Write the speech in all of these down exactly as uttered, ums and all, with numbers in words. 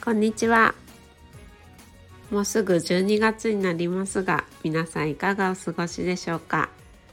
こんにちは。もうすぐじゅうにがつになりますが、皆さんいかがお過ごしでしょうか。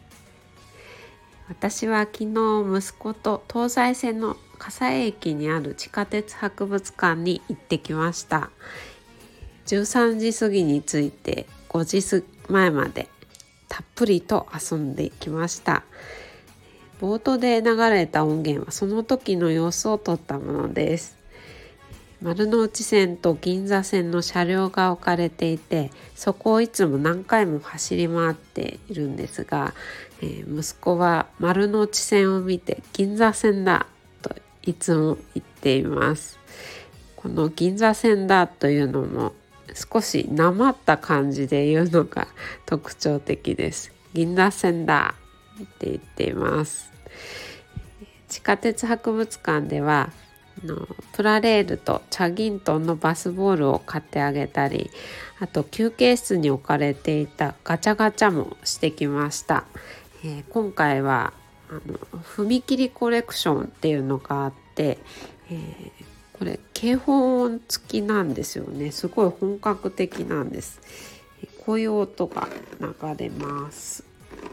私は昨日息子と東西線の葛西駅にある地下鉄博物館に行ってきました。じゅうさんじ過ぎに着いてごじまえまでたっぷりと遊んできました。冒頭で流れた音源はその時の様子を撮ったものです。丸ノ内線と銀座線の車両が置かれていて、そこをいつも何回も走り回っているんですが、えー、息子は丸ノ内線を見て銀座線だといつも言っています。この銀座線だというのも少しなまった感じで言うのが特徴的です。銀座線だって言っています。地下鉄博物館ではのプラレールとチャギントンのバスボールを買ってあげたり、あと休憩室に置かれていたガチャガチャもしてきました。えー、今回はあの踏切コレクションっていうのがあって、えー、これ警報音付きなんですよね。すごい本格的なんです。こういう音が流れます。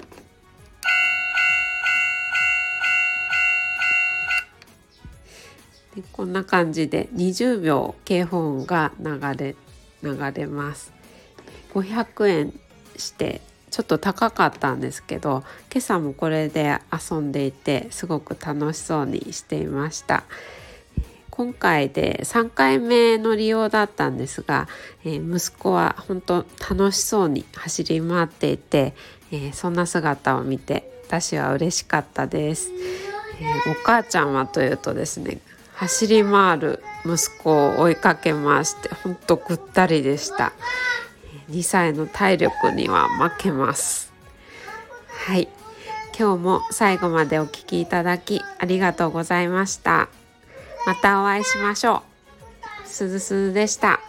でこんな感じでにじゅうびょう警報音が流れ流れます。ごひゃくえんしてちょっと高かったんですけど、今朝もこれで遊んでいてすごく楽しそうにしていました。今回でさんかいめの利用だったんですが、えー、息子は本当楽しそうに走り回っていて、えー、そんな姿を見て私は嬉しかったです。えー、お母ちゃんはというとですね、走り回る息子を追いかけまして本当ぐったりでした。にさいの体力には負けます。はい、今日も最後までお聞きいただきありがとうございました。またお会いしましょう。すずすずでした。